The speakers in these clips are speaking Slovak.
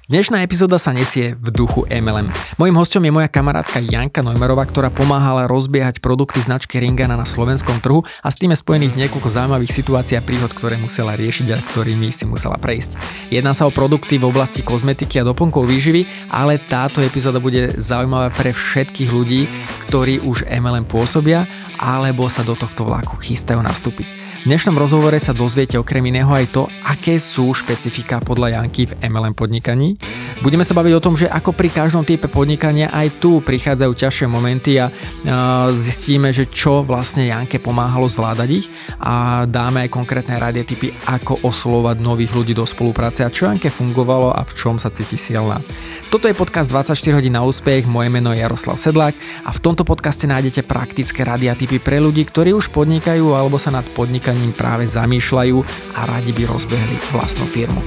Dnešná epizóda sa nesie v duchu MLM. Mojím hosťom je moja kamarátka Janka Neumerová, ktorá pomáhala rozbiehať produkty značky Ringana na slovenskom trhu a s tým je spojených niekoľko zaujímavých situácií a príhod, ktoré musela riešiť a ktorými si musela prejsť. Jedná sa o produkty v oblasti kozmetiky a doplnkov výživy, ale táto epizóda bude zaujímavá pre všetkých ľudí, ktorí už MLM pôsobia alebo sa do tohto vlaku chystajú nastúpiť. V dnešnom rozhovore sa dozviete okrem iného aj to, aké sú špecifika podľa Janky v MLM podnikaní. Budeme sa baviť o tom, že ako pri každom type podnikania aj tu prichádzajú ťažšie momenty a zistíme, že čo vlastne Janke pomáhalo zvládať ich a dáme aj konkrétne rady a tipy, ako oslovať nových ľudí do spolupráce a čo Janke fungovalo a v čom sa cíti silná. Toto je podcast 24 hodín na úspech, moje meno je Jaroslav Sedlák a v tomto podcaste nájdete praktické rady a tipy pre ľudí, ktorí už podnikajú alebo sa nad podnikaním práve zamýšľajú a radi by rozbehli vlastnú firmu.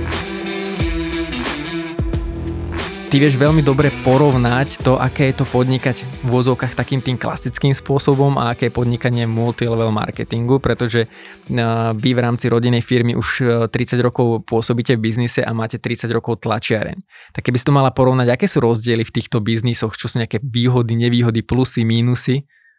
Ty vieš veľmi dobre porovnať to, aké je to podnikať v úvodzovkách takým tým klasickým spôsobom a aké je podnikanie multilevel marketingu, pretože vy v rámci rodinnej firmy už 30 rokov pôsobíte v biznise a máte 30 rokov tlačiareň. Tak keby si to mala porovnať, aké sú rozdiely v týchto biznisoch, čo sú nejaké výhody, nevýhody, plusy, mínusy?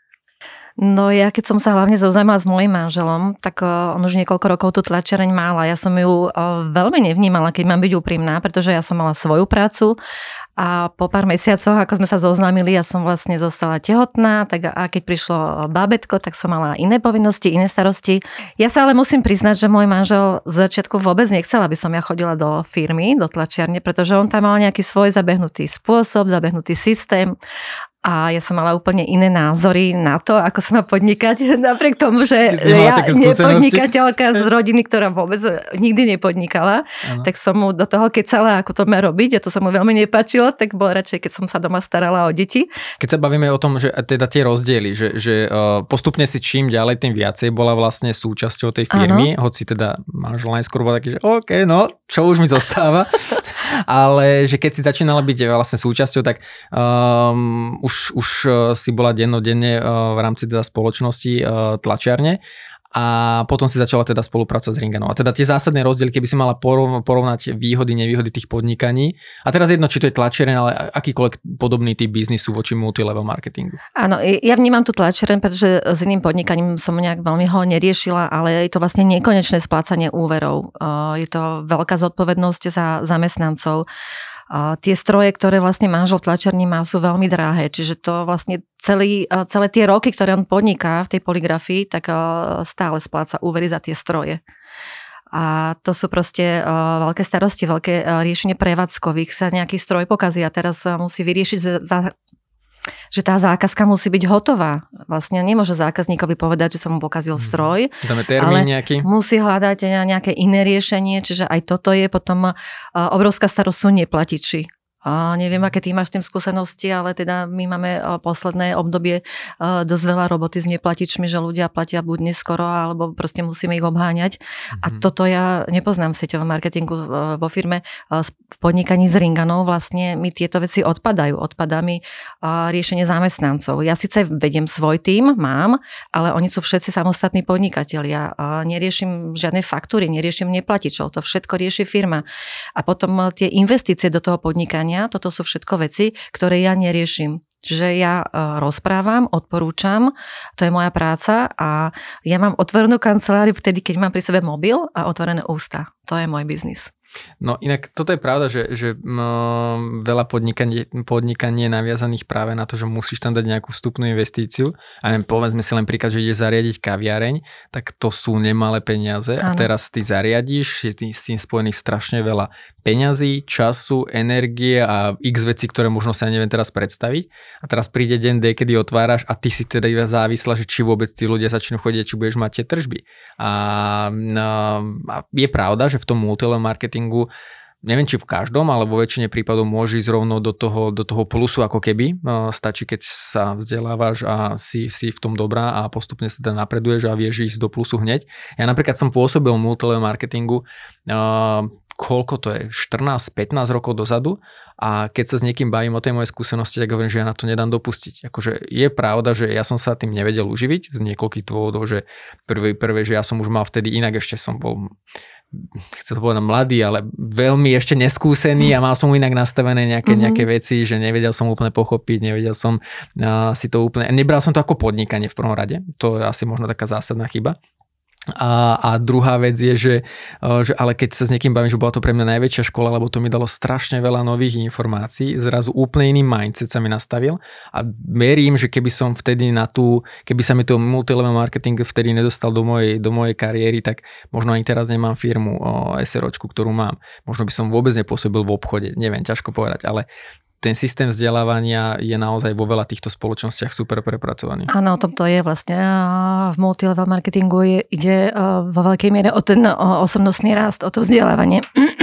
No ja keď som sa hlavne zoznámila s mojím manželom, tak on už niekoľko rokov tú tlačiareň mal a ja som ju veľmi nevnímala, keď mám byť úprimná, pretože ja som mala svoju prácu a po pár mesiacoch, ako sme sa zoznámili, ja som vlastne zostala tehotná, tak a keď prišlo bábätko, tak som mala iné povinnosti, iné starosti. Ja sa ale musím priznať, že môj manžel z začiatku vôbec nechcel, aby som ja chodila do firmy, do tlačiarne, pretože on tam mal nejaký svoj zabehnutý spôsob, zabehnutý systém. A ja som mala úplne iné názory na to, ako sa má podnikať, napriek tomu, že ja nepodnikateľka z rodiny, ktorá vôbec nikdy nepodnikala, tak som mu do toho kecala, ako to má robiť a to sa mu veľmi nepáčilo, tak bolo radšej, keď som sa doma starala o deti. Keď sa bavíme o tom, že teda tie rozdiely, že postupne si čím ďalej, tým viacej bola vlastne súčasťou tej firmy, hoci teda manžel najskôr bol taký, že OK, no, čo už mi zostáva, ale že keď si začínala byť vlastne súčasťou, tak už si bola dennodenne v rámci teda spoločnosti tlačiarne a potom si začala teda spolupracovať s Ringanou. A teda tie zásadné rozdiely, keby si mala porovnať výhody, nevýhody tých podnikaní. A teraz jedno, či to je tlačiareň, ale akýkoľvek podobný typ biznisu voči multilevel marketingu. Áno, ja vnímam tú tlačiareň, pretože s iným podnikaním som nejak veľmi ho neriešila, ale je to vlastne nekonečné splácanie úverov. Je to veľká zodpovednosť za zamestnancov. Tie stroje, ktoré vlastne manžel tlačiarni má, sú veľmi drahé, čiže to vlastne celé tie roky, ktoré on podniká v tej poligrafii, tak stále spláca úvery za tie stroje. A to sú proste veľké starosti, veľké riešenie prevádzkových, sa nejaký stroj pokazí a teraz musí vyriešiť že tá zákazka musí byť hotová. Vlastne nemôže zákazníkovi povedať, že sa mu pokazil stroj, dáme termín nejaký. Musí hľadať nejaké iné riešenie, čiže aj toto je potom obrovská starosť sú neplatiči. Neviem, aké ty máš s tým skúsenosti, ale teda my máme posledné obdobie dosť veľa roboty s neplatičmi, že ľudia platia buď neskoro, alebo proste musíme ich obháňať. A toto ja nepoznám v sieťovom marketingu vo firme. V podnikaní s Ringanou vlastne mi tieto veci odpadajú. Odpadá mi riešenie zamestnancov. Ja síce vediem svoj tím, mám, ale oni sú všetci samostatní podnikatelia. Neriešim žiadne faktúry, neriešim neplatičov. To všetko rieši firma. A potom tie investície do toho podnikania, toto sú všetko veci, ktoré ja neriešim. Čiže ja rozprávam, odporúčam, to je moja práca a ja mám otvorenú kanceláriu vtedy, keď mám pri sebe mobil a otvorené ústa. To je môj biznis. No inak toto je pravda, že veľa podnikanie je naviazaných práve na to, že musíš tam dať nejakú vstupnú investíciu. A povedzme si len príklad, že ideš zariadiť kaviareň, tak to sú nemalé peniaze. A teraz ty zariadíš, je s tým spojených strašne veľa peňazí, času, energie a x vecí, ktoré možno sa neviem teraz predstaviť. A teraz príde deň D, kedy otváraš a ty si teda iba závislá, že či vôbec tí ľudia začnú chodiť, či budeš mať tie tržby. A je pravda, že v tom multilevel marketingu, neviem či v každom, ale vo väčšine prípadov môže ísť rovno do toho plusu ako keby. Stačí, keď sa vzdelávaš a si v tom dobrá a postupne sa teda napreduješ a vieš ísť do plusu hneď. Ja napríklad som pôsobil v multilevel marketingu koľko to je, 14-15 rokov dozadu a keď sa s niekým bavím o tej mojej skúsenosti, tak hovorím, že ja na to nedám dopustiť. Akože je pravda, že ja som sa tým nevedel uživiť z niekoľkých dôvodov, že prvé, že ja som už mal vtedy inak, ešte som bol chcel povedať mladý, ale veľmi ešte neskúsený a mal som inak nastavené nejaké veci, že nevedel som úplne pochopiť, nevedel som si to úplne, nebral som to ako podnikanie v prvom rade, to je asi možno taká zásadná chyba. A druhá vec je, že ale keď sa s niekým bavím, že bola to pre mňa najväčšia škola, lebo to mi dalo strašne veľa nových informácií, zrazu úplne iný mindset sa mi nastavil a verím, že keby som vtedy keby sa mi to multilevel marketing vtedy nedostal do mojej kariéry, tak možno ani teraz nemám firmu SROčku, ktorú mám. Možno by som vôbec nepôsobil v obchode, neviem, ťažko povedať, ale ten systém vzdelávania je naozaj vo veľa týchto spoločnostiach super prepracovaný. Áno, o tom to je vlastne. V multilevel marketingu ide vo veľkej miere o ten osobnostný rast, o to vzdelávanie.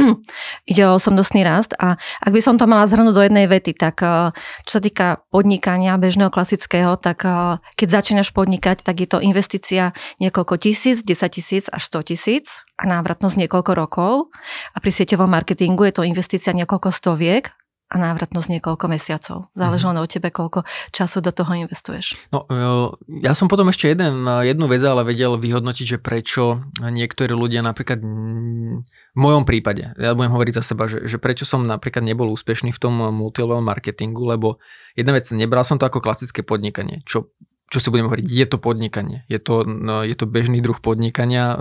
Ide o osobnostný rast a ak by som to mala zhrnúť do jednej vety, tak čo sa týka podnikania bežného klasického, tak keď začínaš podnikať, tak je to investícia niekoľko tisíc, 10 000 až 100 000 a návratnosť niekoľko rokov. A pri sieťovom marketingu je to investícia niekoľko stoviek a návratnosť niekoľko mesiacov. Záleží len od tebe, koľko času do toho investuješ. No, ja som potom ešte jednu vec ale vedel vyhodnotiť, že prečo niektorí ľudia napríklad v mojom prípade, ja budem hovoriť za seba, že prečo som napríklad nebol úspešný v tom multilevel marketingu, lebo jedna vec, nebral som to ako klasické podnikanie, čo si budem hovoriť, je to podnikanie. Je to bežný druh podnikania,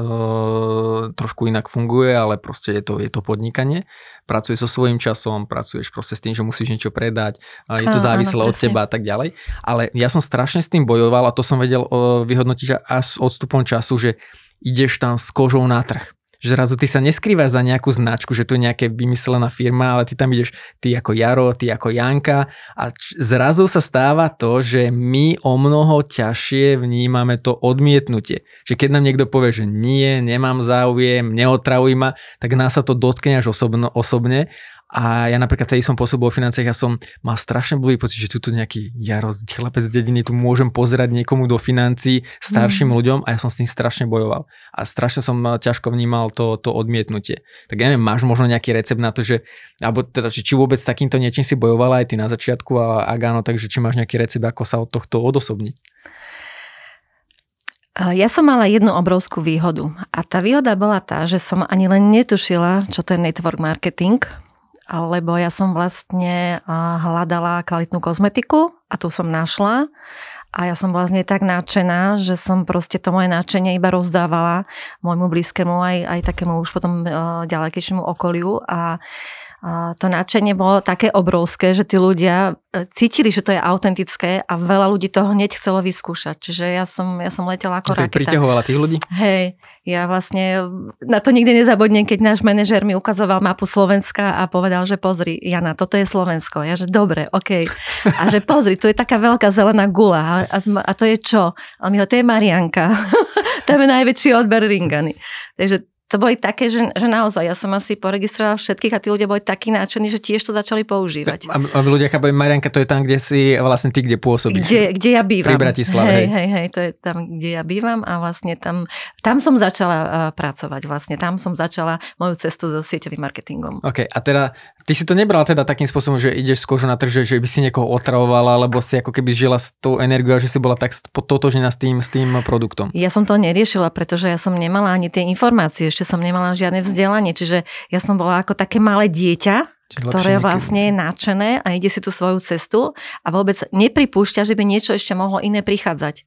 trošku inak funguje, ale proste je to podnikanie. Pracuješ so svojím časom, pracuješ proste s tým, že musíš niečo predať, je to závislé od teba a tak ďalej. Ale ja som strašne s tým bojoval a to som vedel vyhodnotiť až s odstupom času, že ideš tam s kožou na trh. Že zrazu ty sa neskrývaš za nejakú značku, že to je nejaká vymyslená firma, ale ty tam ideš, ty ako Jaro, ty ako Janka a zrazu sa stáva to, že my o mnoho ťažšie vnímame to odmietnutie. Že keď nám niekto povie, že nie, nemám záujem, neotravuj ma, tak nás sa to dotkne až osobne. A ja napríklad, keď som pôsobil vo financiách, ja som mal strašne blbý pocit, že tuto nejaký Jaro, chlapec z dediny, tu môžem pozerať niekomu do financií, starším ľuďom a ja som s tým strašne bojoval. A strašne som ťažko vnímal to odmietnutie. Tak ja neviem, máš možno nejaký recept na to, že, alebo teda, či vôbec s takýmto niečím si bojovala aj ty na začiatku a ak áno, takže či máš nejaký recept, ako sa od tohto odosobniť? Ja som mala jednu obrovskú výhodu a tá výhoda bola tá, že som ani len netušila, čo to je network marketing, lebo ja som vlastne hľadala kvalitnú kozmetiku a tu som našla a ja som vlastne tak nadšená, že som proste to moje nadšenie iba rozdávala môjmu blízkemu aj takému už potom ďalekejšiemu okoliu a to nadšenie bolo také obrovské, že tí ľudia cítili, že to je autentické a veľa ľudí toho hneď chcelo vyskúšať. Čiže ja som letela ako raketa. Priťahovala tých ľudí? Hej, ja vlastne na to nikdy nezabudnem, keď náš manažér mi ukazoval mapu Slovenska a povedal, že pozri, Jana, toto je Slovensko. Ja, že dobre, okej. A že pozri, tu je taká veľká zelená gula a to je čo? A on mi ho, to je Marianka. Tam je najväčší odber ringany. Takže to boli také, že naozaj, ja som asi poregistrovala všetkých a tí ľudia boli takí nadšení, že tiež to začali používať. A ľudia chápajú, Marianka, to je tam, kde si vlastne ty, kde pôsobíš. Kde ja bývam. Pri Bratislave. Hej, to je tam, kde ja bývam a vlastne tam som začala pracovať. Vlastne tam som začala moju cestu so sieťovým marketingom. OK, a teda ty si to nebral teda takým spôsobom, že ideš z kožu na trh, že by si niekoho otravovala, alebo si ako keby žila s tou energiou, že si bola tak totožnená s tým produktom. Ja som to neriešila, pretože ja som nemala ani tie informácie, ešte som nemala žiadne vzdelanie, čiže ja som bola ako také malé dieťa, ktoré vlastne je nadšené a ide si tú svoju cestu a vôbec nepripúšťa, že by niečo ešte mohlo iné prichádzať.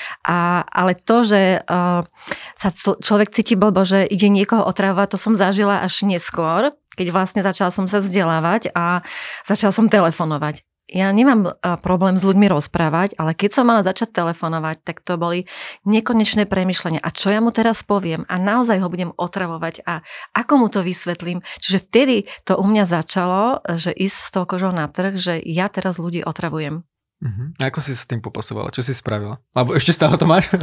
Ale to, že sa človek cíti blbo, že ide niekoho otravovať, to som zažila až neskôr, keď vlastne začala som sa vzdelávať a začala som telefonovať. Ja nemám problém s ľuďmi rozprávať, ale keď som mala začať telefonovať, tak to boli nekonečné premýšľania. A čo ja mu teraz poviem? A naozaj ho budem otravovať a ako mu to vysvetlím? Čiže vtedy to u mňa začalo, že ísť s tou kožou na trh, že ja teraz ľudí otravujem. A ako si s tým popasovala? Čo si spravila? Alebo ešte stále to máš?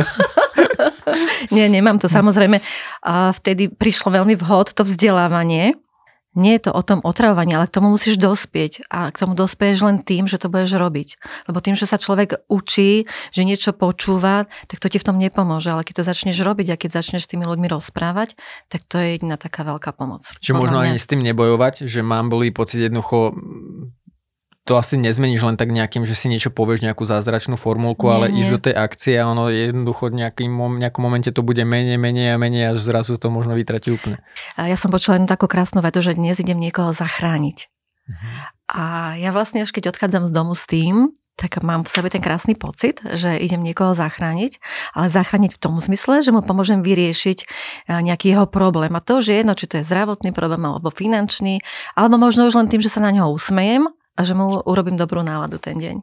Nie, nemám to. Samozrejme, vtedy prišlo veľmi vhod to vzdelávanie. Nie je to o tom otravovaní, ale k tomu musíš dospieť a k tomu dospieš len tým, že to budeš robiť. Lebo tým, že sa človek učí, že niečo počúva, tak to ti v tom nepomôže. Ale keď to začneš robiť a keď začneš s tými ľuďmi rozprávať, tak to je jediná taká veľká pomoc. Čiže možno ani s tým nebojovať, že mám boli pocit jednoducho to asi nezmeníš len tak nejakým, že si niečo povieš, nejakú zázračnú formulku, ale ísť do tej akcie a ono jednoducho v nejakom momente to bude menej až zrazu to možno vytratí úplne. A ja som počula jednu takú krásnu vetu, že dnes idem niekoho zachrániť. A ja vlastne až keď odchádzam z domu s tým, tak mám v sebe ten krásny pocit, že idem niekoho zachrániť, ale zachrániť v tom zmysle, že mu pomôžem vyriešiť nejaký jeho problém. A to už je jedno, či to je zdravotný problém, alebo finančný, alebo možno už len tým, že sa na neho usmejem a že mu urobím dobrú náladu ten deň.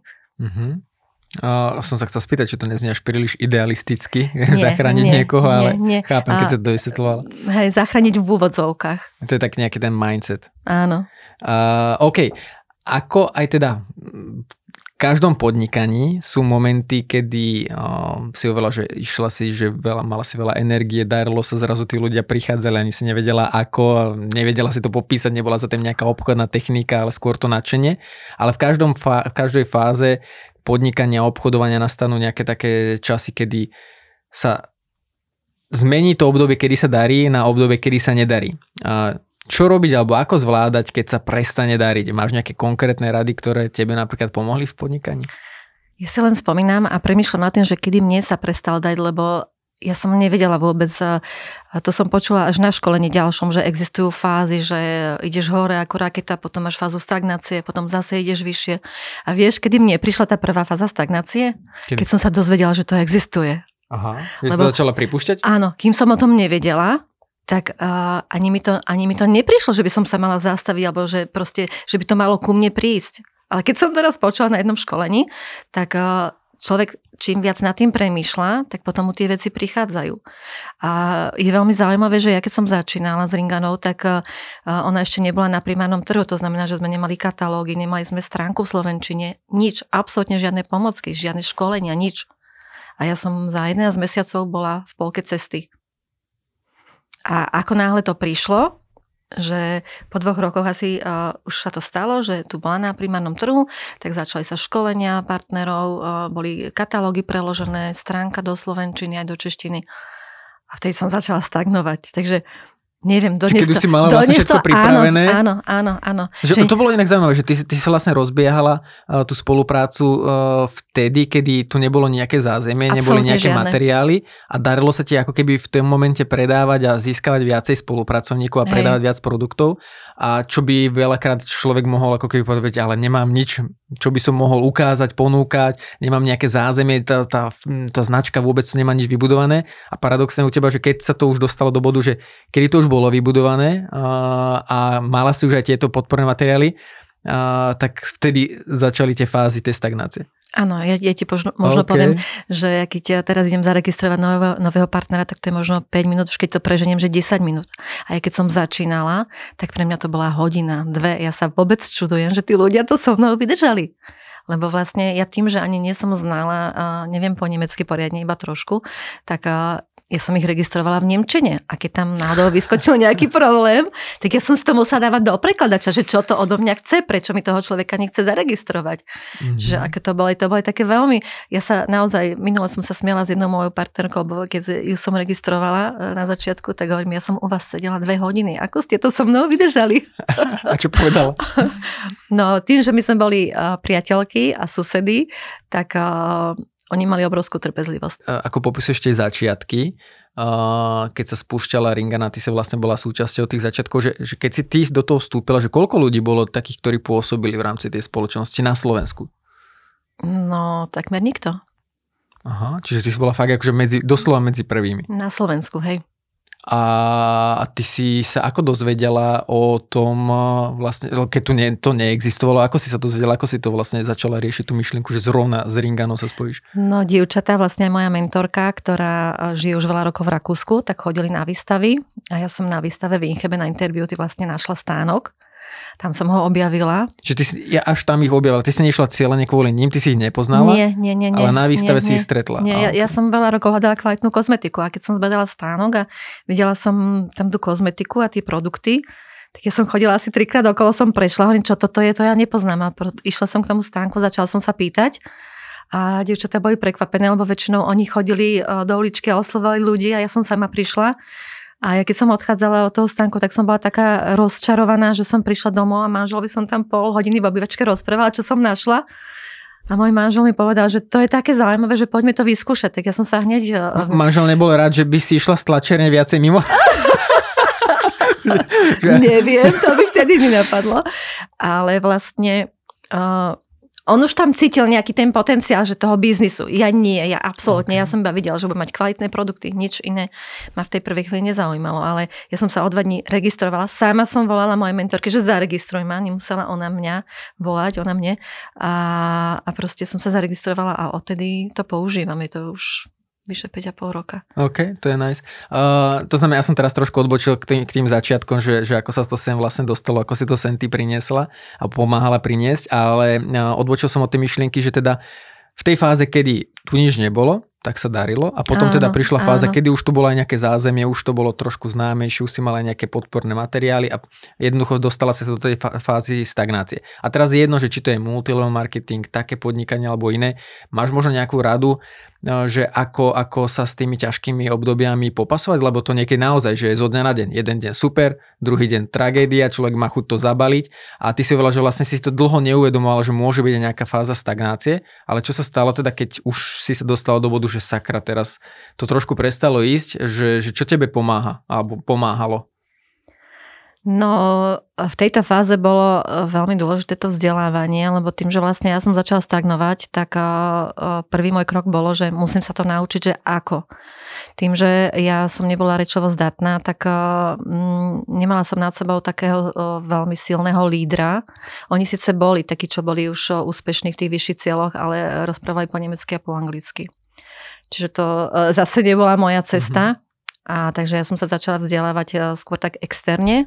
Som sa chcel spýtať, či to neznie až príliš idealisticky, zachrániť niekoho, ale chápem, keď sa to vysvetľovala. Hej, zachrániť v úvodzovkách. To je tak nejaký ten mindset. Áno. OK. Ako aj teda v každom podnikaní sú momenty, kedy si hovorila, že išla si, že mala si veľa energie, darilo sa, zrazu tí ľudia prichádzali, ani si nevedela ako, nevedela si to popísať, nebola za tým nejaká obchodná technika, ale skôr to nadšenie. Ale v každej fáze podnikania a obchodovania nastanú nejaké také časy, kedy sa zmení to obdobie, kedy sa darí, na obdobie, kedy sa nedarí. Čo robiť alebo ako zvládať, keď sa prestane dariť? Máš nejaké konkrétne rady, ktoré tebe napríklad pomohli v podnikaní? Ja si len spomínam a premýšľam nad tým, že kedy mne sa prestal dať, lebo ja som nevedela vôbec, a to som počula až na školení ďalšom, že existujú fázy, že ideš hore ako raketa, potom máš fázu stagnácie, potom zase ideš vyššie. A vieš, kedy mne prišla tá prvá fáza stagnácie? Keď som sa dozvedela, že to existuje. Aha, že si to začala pripúšťať? Áno, kým som o tom nevedela, tak ani mi to neprišlo, že by som sa mala zastaviť, alebo že proste, že by to malo ku mne prísť. Ale keď som teraz počula na jednom školení, tak človek čím viac nad tým premýšľa, tak potom mu tie veci prichádzajú. A je veľmi zaujímavé, že ja keď som začínala s Ringanou, tak ona ešte nebola na primárnom trhu, to znamená, že sme nemali katalógy, nemali sme stránku v slovenčine, nič, absolútne žiadne pomocky, žiadne školenia, nič. A ja som za 11 mesiacov bola v polke cesty. A ako náhle to prišlo, že po 2 rokoch asi už sa to stalo, že tu bola na primárnom trhu, tak začali sa školenia partnerov, boli katalógy preložené, stránka do slovenčiny aj do češtiny. A vtedy som začala stagnovať. Takže neviem, keď už si mala vlastne všetko pripravené. Áno. Že to bolo inak zaujímavé, že ty si vlastne rozbiehala tú spoluprácu vtedy, kedy tu nebolo nejaké zázemie, neboli nejaké materiály a darilo sa ti ako keby v tom momente predávať a získavať viacej spolupracovníkov a predávať viac produktov. A čo by veľakrát človek mohol ako keby povedať, ale nemám nič, čo by som mohol ukázať, ponúkať, nemám nejaké zázemie, tá značka vôbec tu nemá nič vybudované. A paradoxne u teba, že keď sa to už dostalo do bodu, že kedy to už bolo vybudované a mala si už aj tieto podporné materiály, tak vtedy začali tie fázy, tie stagnácie. Áno, ja ti možno poviem, že keď ja teraz idem zaregistrovať nového partnera, tak to je možno 5 minút, už keď to preženiem, že 10 minút. A keď som začínala, tak pre mňa to bola hodina, 2. Ja sa vôbec čudujem, že tí ľudia to so mnou vydržali. Lebo vlastne ja tým, že ani nie som znala, neviem po nemecky poriadne, iba trošku, tak ja som ich registrovala v nemčine a keď tam náhodou vyskočil nejaký problém, tak ja som si to musela dávať do prekladača, že čo to odo mňa chce, prečo mi toho človeka nechce zaregistrovať. Že aké to boli také veľmi, ja sa naozaj, minule som sa smiala s jednou mojou partnerkou, lebo keď ju som registrovala na začiatku, tak hovorím, ja som u vás sedela 2 hodiny, ako ste to so mnou vydržali? A čo povedala? No tým, že my sme boli priateľky a susedy, tak oni mali obrovskú trpezlivosť. Ako popisuješ tie začiatky, keď sa spúšťala Ringana, ty sa vlastne bola súčasťou tých začiatkov, že keď si ty do toho vstúpila, že koľko ľudí bolo takých, ktorí pôsobili v rámci tej spoločnosti na Slovensku? No, takmer nikto. Aha, čiže ty si bola fakt akože doslova medzi prvými. Na Slovensku, hej. A ty si sa ako dozvedela o tom vlastne, keď to neexistovalo, ako si sa dozvedela, ako si to vlastne začala riešiť tú myšlienku, že zrovna s Ringanou sa spojíš? No, dievčatá, vlastne aj moja mentorka, ktorá žije už veľa rokov v Rakúsku, tak chodili na výstavy a ja som na výstave v Inchebe na Interbeauty vlastne našla stánok. Tam som ho objavila. Čiže ja až tam ich objavila. Ty si nešla cieľene kvôli ním, ty si ich nepoznala? Nie. Ale na výstave si ich stretla. Nie, ja som veľa rokov hľadala kvalitnú kozmetiku a keď som zbadala stánok a videla som tam tú kozmetiku a tie produkty, tak ja som chodila asi 3-krát okolo, som prešla, hovorím, čo toto je, to ja nepoznám. A išla som k tomu stánku, začala som sa pýtať a dievčatá boli prekvapené, lebo väčšinou oni chodili do uličky a oslovali ľudí a ja som sama prišla A ja keď som odchádzala od toho stánku, tak som bola taká rozčarovaná, že som prišla domov a manželovi som tam pol hodiny v obývačke rozprávala, čo som našla. A môj manžel mi povedal, že to je také zaujímavé, že poďme to vyskúšať. Tak ja som sa hneď... Manžel nebol rád, že by si išla z tlačerne viacej mimo? Neviem, to by vtedy nenapadlo. Ale vlastne... on už tam cítil nejaký ten potenciál, že toho biznisu. Ja nie, ja absolútne. Okay. Ja som iba videla, že budem mať kvalitné produkty. Nič iné ma v tej prvej chvíli nezaujímalo. Ale ja som sa o 2 dní registrovala. Sama som volala mojej mentorke, že zaregistruj ma. Nemusela ona mňa volať, ona mne. A proste som sa zaregistrovala a odtedy to používam. Je to už vyše 5,5 roka. OK, to je nice. To znamená, ja som teraz trošku odbočil k tým začiatkom, že ako sa to sem vlastne dostalo, ako si to sem ty priniesla a pomáhala priniesť, ale odbočil som od tej myšlienky, že teda v tej fáze, kedy tu nič nebolo, tak sa darilo a potom teda prišla fáza, kedy už tu bolo aj nejaké zázemie, už to bolo trošku známejšie, už si mala aj nejaké podporné materiály a jednoducho dostala sa do tej fázy stagnácie. A teraz je jedno, že či to je multilevel marketing, také podnikanie alebo iné, máš možno nejakú radu, že ako sa s tými ťažkými obdobiami popasovať, lebo to niekedy naozaj, že je zo dňa na deň. Jeden deň super, druhý deň tragédia, človek má chuť to zabaliť a ty si hovorila, že vlastne si to dlho neuvedomovala, že môže byť nejaká fáza stagnácie, ale čo sa stalo teda, keď už si sa dostala do bodu, že sakra, teraz to trošku prestalo ísť, že čo tebe pomáha alebo pomáhalo? No, v tejto fáze bolo veľmi dôležité to vzdelávanie, lebo tým, že vlastne ja som začala stagnovať, tak prvý môj krok bolo, že musím sa to naučiť, že ako. Tým, že ja som nebola rečovo zdatná, tak nemala som nad sebou takého veľmi silného lídra. Oni síce boli takí, čo boli už úspešní v tých vyšších cieľoch, ale rozprávali po nemecky a po anglicky. Čiže to zase nebola moja cesta. A takže ja som sa začala vzdelávať skôr tak externe.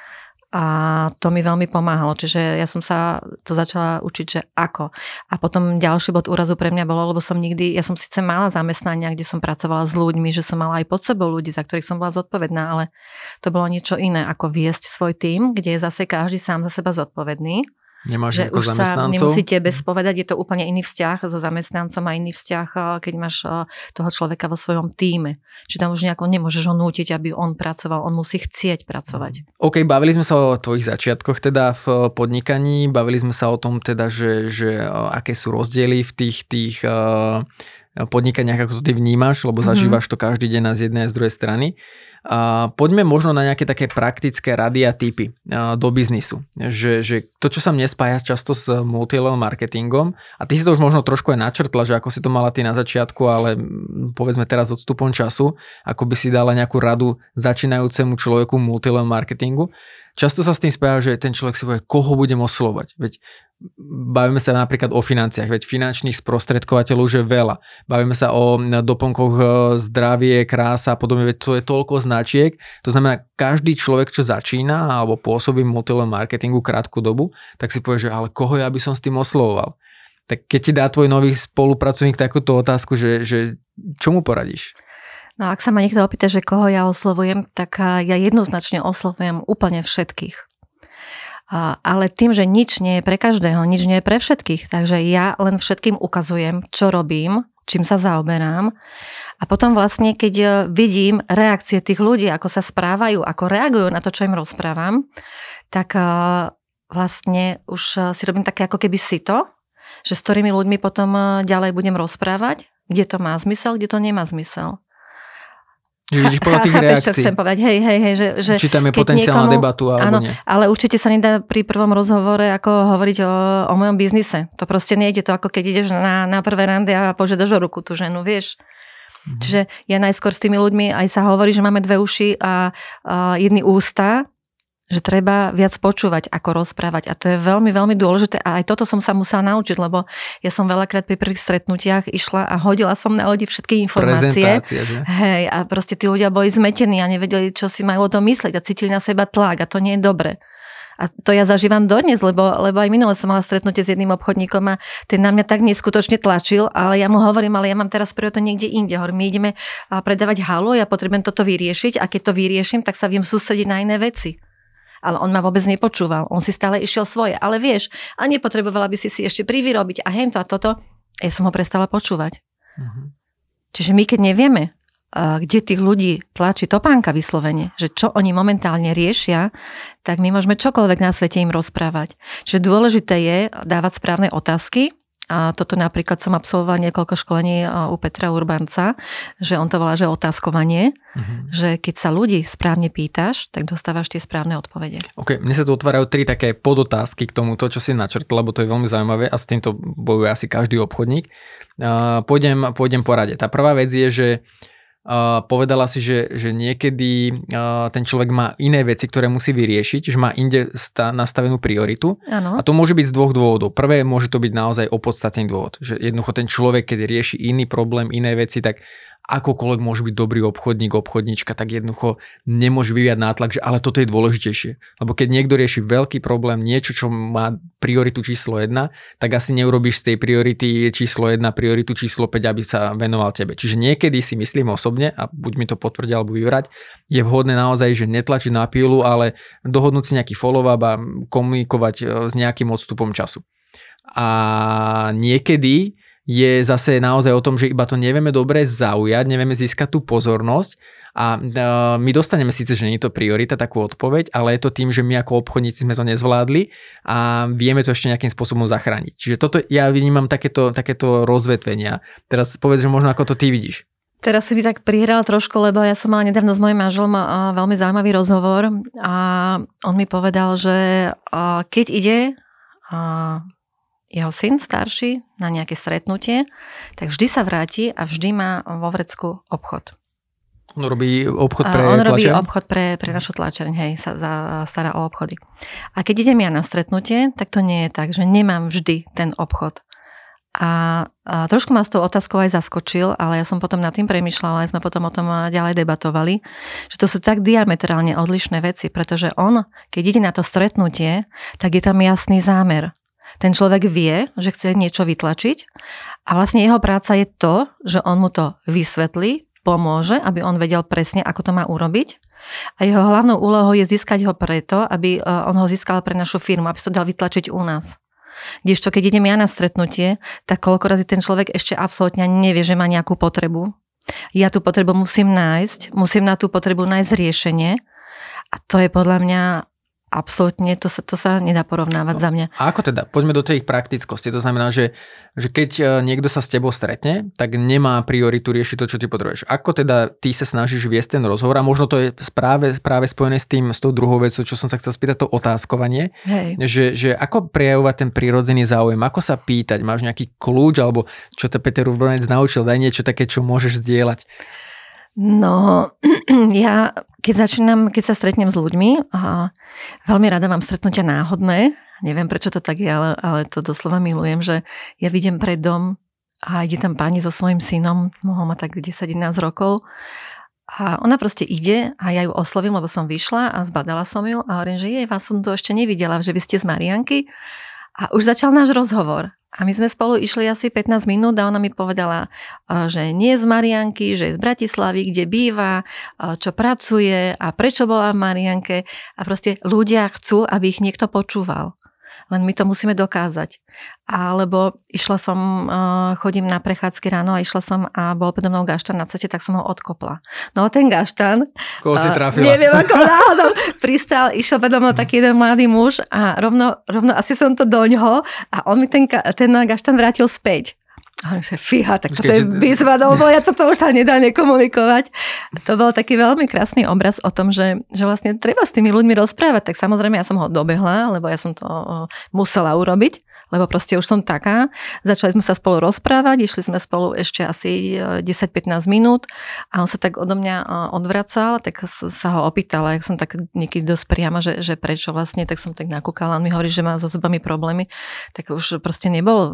A to mi veľmi pomáhalo, čiže ja som sa to začala učiť, že ako. A potom ďalší bod úrazu pre mňa bolo, lebo ja som síce mala zamestnania, kde som pracovala s ľuďmi, že som mala aj pod sebou ľudí, za ktorých som bola zodpovedná, ale to bolo niečo iné, ako viesť svoj tím, kde je zase každý sám za seba zodpovedný. Nemáš že už zamestnancov? Sa nemusíte bezpovedať, je to úplne iný vzťah so zamestnancom a iný vzťah, keď máš toho človeka vo svojom tíme. Čiže tam už nejako nemôžeš ho nútiť, aby on pracoval, on musí chcieť pracovať. OK, bavili sme sa o tvojich začiatkoch teda v podnikaní, bavili sme sa o tom teda, že aké sú rozdiely v tých podnikaniach, ako to ty vnímaš, lebo zažívaš to každý deň z jednej a z druhej strany. Poďme možno na nejaké také praktické rady a tipy do biznisu. Že to, čo sa mne spája často s multilevel marketingom, a ty si to už možno trošku aj načrtla, že ako si to mala ty na začiatku, ale povedzme teraz odstupom času, ako by si dala nejakú radu začínajúcemu človeku multilevel marketingu. Často sa s tým spája, že ten človek si povie, koho budem oslovať. Veď bavíme sa napríklad o financiách, veď finančných sprostredkovateľov už je veľa. Bavíme sa o doplnkoch zdravie, krása a podobne, veď to je toľko značiek. To znamená, každý človek, čo začína alebo pôsobí v multilevel marketingu krátku dobu, tak si povie, že ale koho ja by som s tým oslovoval. Tak keď ti dá tvoj nový spolupracovník takúto otázku, že čo mu poradíš? No ak sa ma niekto opýta, že koho ja oslovujem, tak ja jednoznačne oslovujem úplne všetkých. Ale tým, že nič nie je pre každého, nič nie je pre všetkých, takže ja len všetkým ukazujem, čo robím, čím sa zaoberám a potom vlastne, keď vidím reakcie tých ľudí, ako sa správajú, ako reagujú na to, čo im rozprávam, tak vlastne už si robím také ako keby sito, že s ktorými ľuďmi potom ďalej budem rozprávať, kde to má zmysel, kde to nemá zmysel. Že vidíš podľa tých reakcií. Čo chcem povedať. Hej, že či tam je potenciálna debatu alebo nie. Ale určite sa nedá pri prvom rozhovore ako hovoriť o mojom biznise. To proste nejde to, ako keď ideš na prvé rande a požiadaš o ruku tú ženu, vieš. Čiže ja najskôr s tými ľuďmi aj sa hovorí, že máme 2 uši a jedny ústa, že treba viac počúvať, ako rozprávať. A to je veľmi, veľmi dôležité. A aj toto som sa musela naučiť, lebo ja som veľakrát pri prvých stretnutiach išla a hodila som na ľudí všetky informácie. Prezentácia, že? Hej, a proste tí ľudia boli zmetení a nevedeli, čo si majú o tom myslieť a cítili na seba tlak a to nie je dobre. A to ja zažívam dodnes, lebo aj minule som mala stretnutie s jedným obchodníkom a ten na mňa tak neskutočne tlačil, ale ja mu hovorím, ale ja mám teraz to niekde inde. Hovorím, my ideme predávať halu, ja potrebujem toto vyriešiť a keď to vyrieším, tak sa viem sústrediť na iné veci. Ale on ma vôbec nepočúval, on si stále išiel svoje. Ale vieš, a nepotrebovala by si ešte privyrobiť a hento a toto. Ja som ho prestala počúvať. Čiže my keď nevieme kde tých ľudí tlačí topánka vyslovene, že čo oni momentálne riešia, tak my môžeme čokoľvek na svete im rozprávať. Čiže dôležité je dávať správne otázky. A toto napríklad som absolvovala niekoľko školení u Petra Urbanca, že on to volá, že otázkovanie, že keď sa ľudí správne pýtaš, tak dostávaš tie správne odpovede. OK, mne sa tu otvárajú 3 také podotázky k tomu, čo si načrtla, lebo to je veľmi zaujímavé a s týmto bojuje asi každý obchodník. Pôjdem po rade. Tá prvá vec je, že povedala si, že niekedy ten človek má iné veci, ktoré musí vyriešiť, že má inde nastavenú prioritu. Ano. A to môže byť z 2 dôvodov. Prvé, môže to byť naozaj opodstatný dôvod, že jednoducho ten človek, keď rieši iný problém, iné veci, tak akokoľvek môže byť dobrý obchodník, obchodníčka, tak jednoducho nemôže vyvíjať nátlak, že ale toto je dôležitejšie. Lebo keď niekto rieši veľký problém, niečo, čo má prioritu číslo 1, tak asi neurobíš z tej priority číslo 1 prioritu číslo 5, aby sa venoval tebe. Čiže niekedy si myslím osobne, a buď mi to potvrdí alebo vyvrať, je vhodné naozaj, že netlačiť na pilu, ale dohodnúť si nejaký follow-up a komunikovať s nejakým odstupom času. A niekedy je zase naozaj o tom, že iba to nevieme dobre zaujať, nevieme získať tú pozornosť a my dostaneme síce, že nie je to priorita, takú odpoveď, ale je to tým, že my ako obchodníci sme to nezvládli a vieme to ešte nejakým spôsobom zachrániť. Čiže toto ja vnímam takéto rozvetvenia. Teraz povedz, že možno ako to ty vidíš. Teraz si mi tak prihral trošku, lebo ja som mala nedávno s mojím manželom veľmi zaujímavý rozhovor a on mi povedal, že keď ide jeho syn starší na nejaké stretnutie, tak vždy sa vráti a vždy má vo vrecku obchod. On robí obchod pre tlačereň? On robí tlačereň? obchod pre našu tlačereň, hej, sa stará o obchody. A keď idem ja na stretnutie, tak to nie je tak, že nemám vždy ten obchod. A trošku ma s tou otázkou aj zaskočil, ale ja som potom nad tým premýšľala, aj sme potom o tom ďalej debatovali, že to sú tak diametrálne odlišné veci, pretože on, keď ide na to stretnutie, tak je tam jasný zámer. Ten človek vie, že chce niečo vytlačiť a vlastne jeho práca je to, že on mu to vysvetlí, pomôže, aby on vedel presne, ako to má urobiť. A jeho hlavnou úlohou je získať ho preto, aby on ho získal pre našu firmu, aby si to dal vytlačiť u nás. Kdežto, keď idem ja na stretnutie, tak koľko razy ten človek ešte absolútne nevie, že má nejakú potrebu. Ja tú potrebu musím nájsť, musím na tú potrebu nájsť riešenie a to je podľa mňa absolútne, to sa nedá porovnávať za mňa. A ako teda? Poďme do tej práctickosti. To znamená, že keď niekto sa s tebou stretne, tak nemá prioritu riešiť to, čo ty potrebuješ. Ako teda ty sa snažíš viesť ten rozhovor a možno to je práve spojené s tou druhou vecou, čo som sa chcel spýtať, to otázkovanie. Hej. Že ako prejavovať ten prirodzený záujem, ako sa pýtať, máš nejaký kľúč alebo čo to Peter Urbanec naučil, daj niečo také, čo môžeš zdieľať. No, ja keď sa stretnem s ľuďmi, veľmi rada mám stretnutia náhodné, neviem prečo to tak je, ale to doslova milujem, že ja vidím pred dom a ide tam pani so svojím synom, mohol ma tak 10-11 rokov a ona proste ide a ja ju oslovím, lebo som vyšla a zbadala som ju a hovorím, že vás som to ešte nevidela, že vy ste z Marianky a už začal náš rozhovor. A my sme spolu išli asi 15 minút a ona mi povedala, že nie je z Marianky, že je z Bratislavy, kde býva, čo pracuje a prečo bola v Marianke. A proste ľudia chcú, aby ich niekto počúval. Len my to musíme dokázať. Alebo chodím na prechádzky ráno a išla som a bol predo mnou gaštan na ceste, tak som ho odkopla. No ten gaštan, koho si trafila? Neviem ako náhodou, pristal, išiel predo mnou taký jeden mladý muž a rovno asi som to doňho a on mi ten gaštan vrátil späť. A hovorím sa, fíha, tak toto je výzva, lebo ja toto už sa nedá nekomunikovať. To bol taký veľmi krásny obraz o tom, že vlastne treba s tými ľuďmi rozprávať. Tak samozrejme ja som ho dobehla, lebo ja som to musela urobiť, lebo proste už som taká. Začali sme sa spolu rozprávať, išli sme spolu ešte asi 10-15 minút a on sa tak odo mňa odvracal, tak sa ho opýtala, jak som tak niekedy dosť priama, že prečo vlastne, tak som tak nakúkala, on mi hovorí, že má so zubami problémy, tak už proste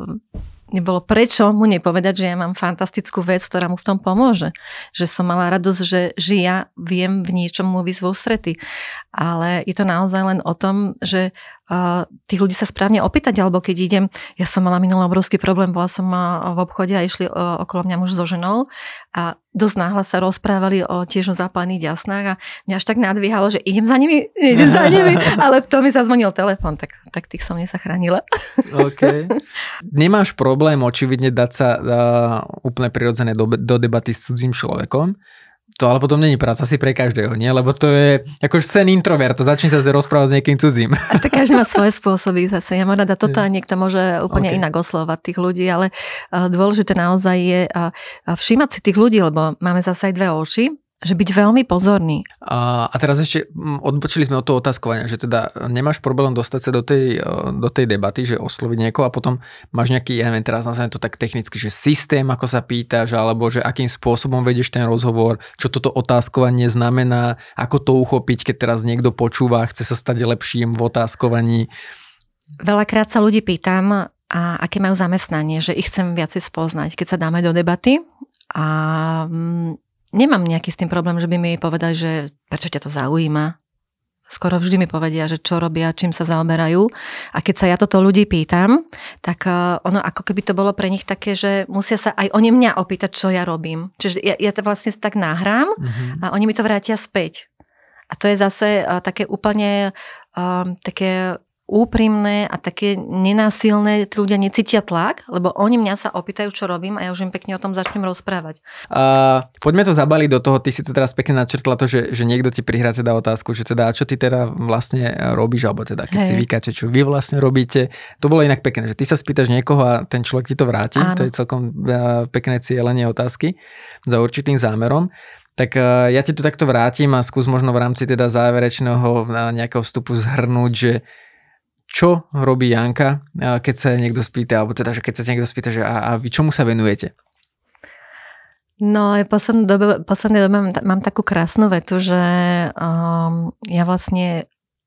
nebolo prečo mu nepovedať, že ja mám fantastickú vec, ktorá mu v tom pomôže. Že som mala radosť, že ja viem v niečom mu výsť v ústrety. Ale je to naozaj len o tom, že tých ľudí sa správne opýtať, alebo keď idem, ja som mala minulý obrovský problém, bola som v obchode a išli okolo mňa muž so ženou a dosť náhlas sa rozprávali tiež o zápalených ďasnách a mňa až tak nadvíhalo, že idem za nimi, ale v tom mi zazvonil telefon, tak tých som nezachránila. OK. Nemáš problém očividne dať sa úplne prirodzené do debaty s cudzím človekom. To ale potom není práca asi pre každého, nie? Lebo to je akože sen introvert, to začne sa rozprávať s niekým cudzím. A to každý má svoje spôsoby zase. Ja mám rada toto a niekto môže úplne inak oslovať tých ľudí, ale dôležité naozaj je všímať si tých ľudí, lebo máme zase aj dve oči, že byť veľmi pozorný. A teraz ešte odbočili sme od toho otázkovania, že teda nemáš problém dostať sa do tej debaty, že osloviť niekoho a potom máš nejaký, ja neviem, teraz nazvem to tak technicky, že systém, ako sa pýtaš, alebo že akým spôsobom vedieš ten rozhovor, čo toto otázkovanie znamená, ako to uchopiť, keď teraz niekto počúva, chce sa stať lepším v otázkovaní. Veľakrát sa ľudí pýtam, a aké majú zamestnanie, že ich chcem viacej spoznať, keď sa dáme do debaty a nemám nejaký s tým problém, že by mi povedali, že prečo ťa to zaujíma. Skoro vždy mi povedia, že čo robia, čím sa zaoberajú. A keď sa ja toto ľudí pýtam, tak ono ako keby to bolo pre nich také, že musia sa aj oni mňa opýtať, čo ja robím. Čiže ja to vlastne tak nahrám a oni mi to vrátia späť. A to je zase také úplne také úprimné a také nenásilné, tí ľudia necítia tlak, lebo oni mňa sa opýtajú, čo robím a ja už im pekne o tom začnem rozprávať. Poďme to zabaliť do toho, ty si to teraz pekne načrtla to, že niekto ti prihrá teda otázku, že teda čo ty teda vlastne robíš, alebo teda keď si vykáte, čo vy vlastne robíte. To bolo inak pekné, že ty sa spýtaš niekoho a ten človek ti to vráti. Áno. To je celkom pekné cielenie otázky za určitým zámerom. Tak ja ti to takto vrátim a skús možno v rámci teda záverečného nejakého vstupu zhrnúť, že čo robí Janka, keď sa niekto spýta, alebo teda, že keď sa niekto spýta, že a vy čomu sa venujete? No, poslednej dobe mám takú krásnu vetu, že ja vlastne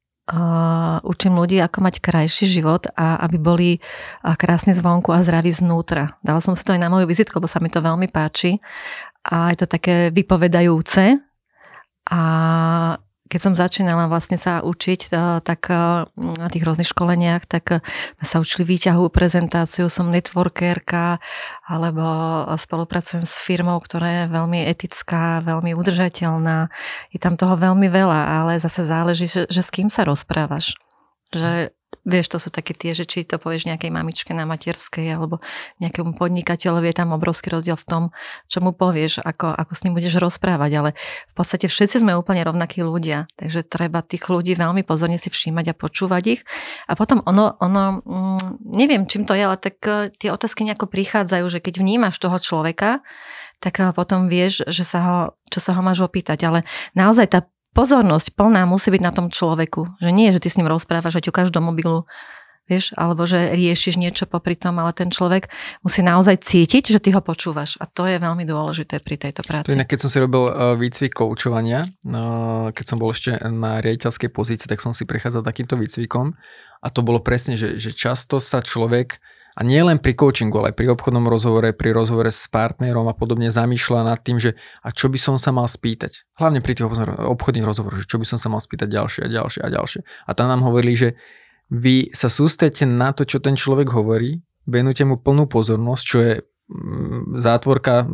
učím ľudí, ako mať krajší život a aby boli krásni zvonku a zdraví znútra. Dala som si to aj na moju vizitku, lebo sa mi to veľmi páči a je to také vypovedajúce. A keď som začínala vlastne sa učiť tak na tých rôznych školeniach, tak sa učili výťahovú prezentáciu, som networkerka, alebo spolupracujem s firmou, ktorá je veľmi etická, veľmi udržateľná. Je tam toho veľmi veľa, ale zase záleží, že s kým sa rozprávaš. Že vieš, to sú také tie, že či to povieš nejakej mamičke na materskej alebo nejakému podnikateľovi, je tam obrovský rozdiel v tom, čo mu povieš, ako s ním budeš rozprávať, ale v podstate všetci sme úplne rovnakí ľudia, takže treba tých ľudí veľmi pozorne si všímať a počúvať ich a potom ono neviem, čím to je, ale tak tie otázky nejako prichádzajú, že keď vnímaš toho človeka, tak potom vieš, že čo sa ho máš opýtať, ale naozaj tá pozornosť plná musí byť na tom človeku. Že nie, že ty s ním rozprávaš, že ťukáš do mobilu, vieš, alebo že riešiš niečo popri tom, ale ten človek musí naozaj cítiť, že ty ho počúvaš. A to je veľmi dôležité pri tejto práci. To inak, keď som si robil výcvik koučovania, keď som bol ešte na riaditeľskej pozícii, tak som si prechádzal takýmto výcvikom a to bolo presne, že často sa človek a nie len pri coachingu, ale aj pri obchodnom rozhovore, pri rozhovore s partnerom a podobne zamýšľa nad tým, že a čo by som sa mal spýtať. Hlavne pri tých obchodných rozhovoroch, že čo by som sa mal spýtať ďalšie a ďalšie a ďalšie. A tam nám hovorili, že vy sa sústredíte na to, čo ten človek hovorí, venujte mu plnú pozornosť, čo je zátvorka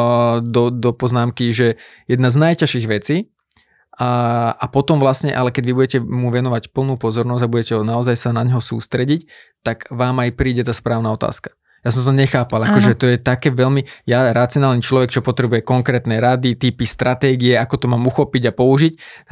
do poznámky, že jedna z najťažších vecí, a potom vlastne, ale keď vy budete mu venovať plnú pozornosť a budete naozaj sa na ňo sústrediť, tak vám aj príde tá správna otázka. Ja som to nechápal, akože to je také veľmi, ja racionálny človek, čo potrebuje konkrétne rady, typy, stratégie, ako to mám uchopiť a použiť,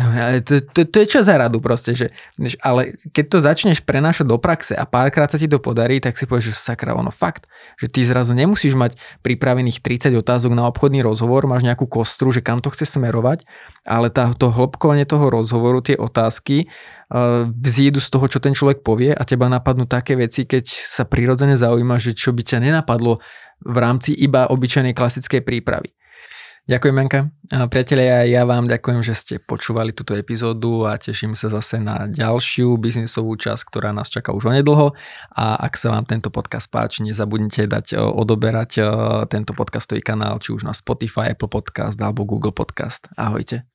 to je čo za radu proste, že, ale keď to začneš prenášať do praxe a párkrát sa ti to podarí, tak si povieš, že sakra, ono fakt, že ty zrazu nemusíš mať pripravených 30 otázok na obchodný rozhovor, máš nejakú kostru, že kam to chce smerovať, ale to hĺbkovanie toho rozhovoru, tie otázky vzídu z toho, čo ten človek povie a teba napadnú také veci, keď sa prirodzene zaujíma, že čo by ťa nenapadlo v rámci iba obyčajnej klasickej prípravy. Ďakujem, Janka. Priatelia, ja vám ďakujem, že ste počúvali túto epizódu a teším sa zase na ďalšiu biznisovú časť, ktorá nás čaká už onedlho a ak sa vám tento podcast páči, nezabudnite dať odoberať tento podcastový kanál, či už na Spotify, Apple Podcast alebo Google Podcast. Ahojte.